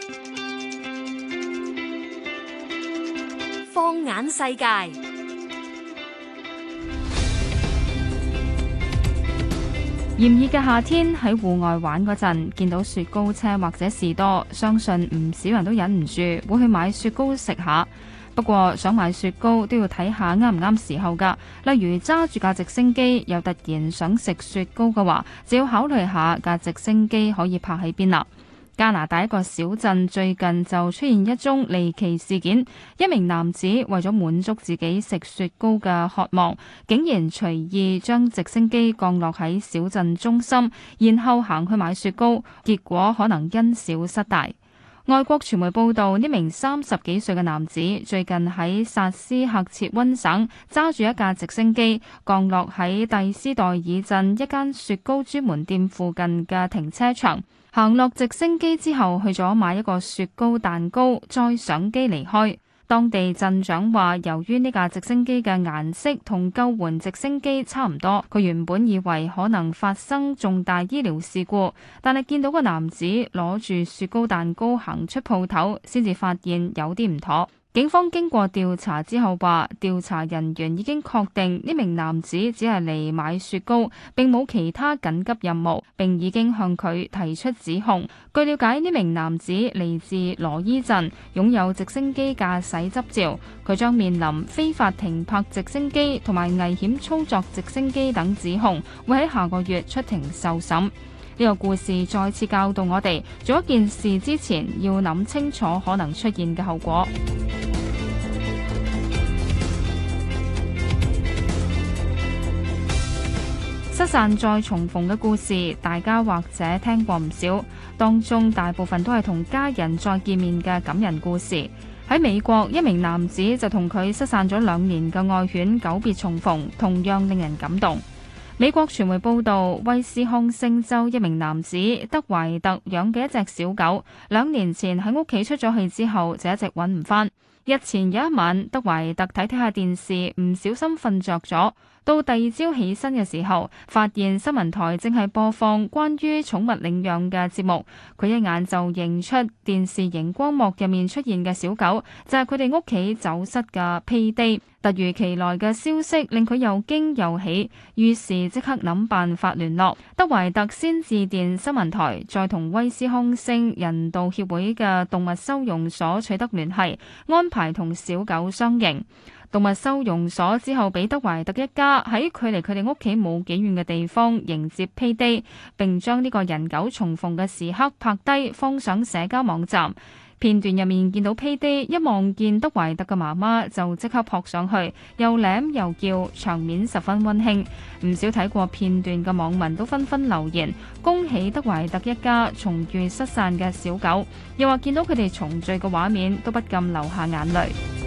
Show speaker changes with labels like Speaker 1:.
Speaker 1: 放眼世界，
Speaker 2: 炎熱嘅夏天喺戶外玩嗰陣，見到雪糕車或者士多，相信唔少人都忍唔住會去買雪糕食下。不過想買雪糕都要睇下啱唔啱時候㗎。例如揸住架直升機，又突然想食雪糕嘅話，就要考慮下架直升機可以泊喺邊啦。加拿大一個小鎮最近就出現一宗離奇事件，一名男子為咗滿足自己食雪糕嘅渴望，竟然隨意將直升機降落喺小鎮中心，然後行去買雪糕，結果可能因小失大。外國傳媒報道，呢名30幾歲嘅男子最近喺薩斯喀徹溫省揸住一架直升機降落喺蒂斯代爾鎮一間雪糕專門店附近嘅停車場。行落直升機之後，去咗買一個雪糕蛋糕，再上機離開。當地鎮長話，由於呢架直升機嘅顏色同救援直升機差唔多，佢原本以為可能發生重大醫療事故，但係見到個男子攞住雪糕蛋糕行出鋪頭，先至發現有啲唔妥。警方經過調查之後話，調查人員已經確定呢名男子只係嚟買雪糕，並冇其他緊急任務，並已經向佢提出指控。據了解，呢名男子嚟自羅伊鎮，擁有直升機駕駛執照，佢將面臨非法停泊直升機同埋危險操作直升機等指控，會喺下個月出庭受審。呢個故事再次教導我哋，做一件事之前要諗清楚可能出現嘅後果。失散再重逢嘅故事，大家或者聽過唔少，當中大部分都係同家人再見面嘅感人故事。喺美國，一名男子就同佢失散咗2年嘅愛犬久別重逢，同樣令人感動。美國傳媒報道，威斯康星州一名男子德懷特養嘅一隻小狗，2年前喺屋企出咗去之後，就一直揾唔返。日前有一晚，德懷特睇下電視，唔小心瞓着咗。到第二朝起身嘅時候，發現新聞台正係播放關於寵物領養嘅節目。佢一眼就認出電視熒光幕入面出現嘅小狗，就係佢哋屋企走失嘅 Payday。突如其來嘅消息令佢又驚又喜，於是即刻諗辦法聯絡。德懷特先致電新聞台，再同威斯康星人道協會嘅動物收容所取得聯繫，安排同小狗相認。動物收容所之後俾德懷特一家喺距離佢哋屋企冇幾遠嘅地方迎接 Payday， 並將呢個人狗重逢嘅時刻拍低放上社交網站。片段入面見到 Payday 一望見德懷特嘅媽媽就即刻撲上去，又舐又叫，場面十分溫馨。唔少睇過片段嘅網民都紛紛留言，恭喜德懷特一家重遇失散嘅小狗，又話見到佢哋重聚嘅畫面都不禁流下眼淚。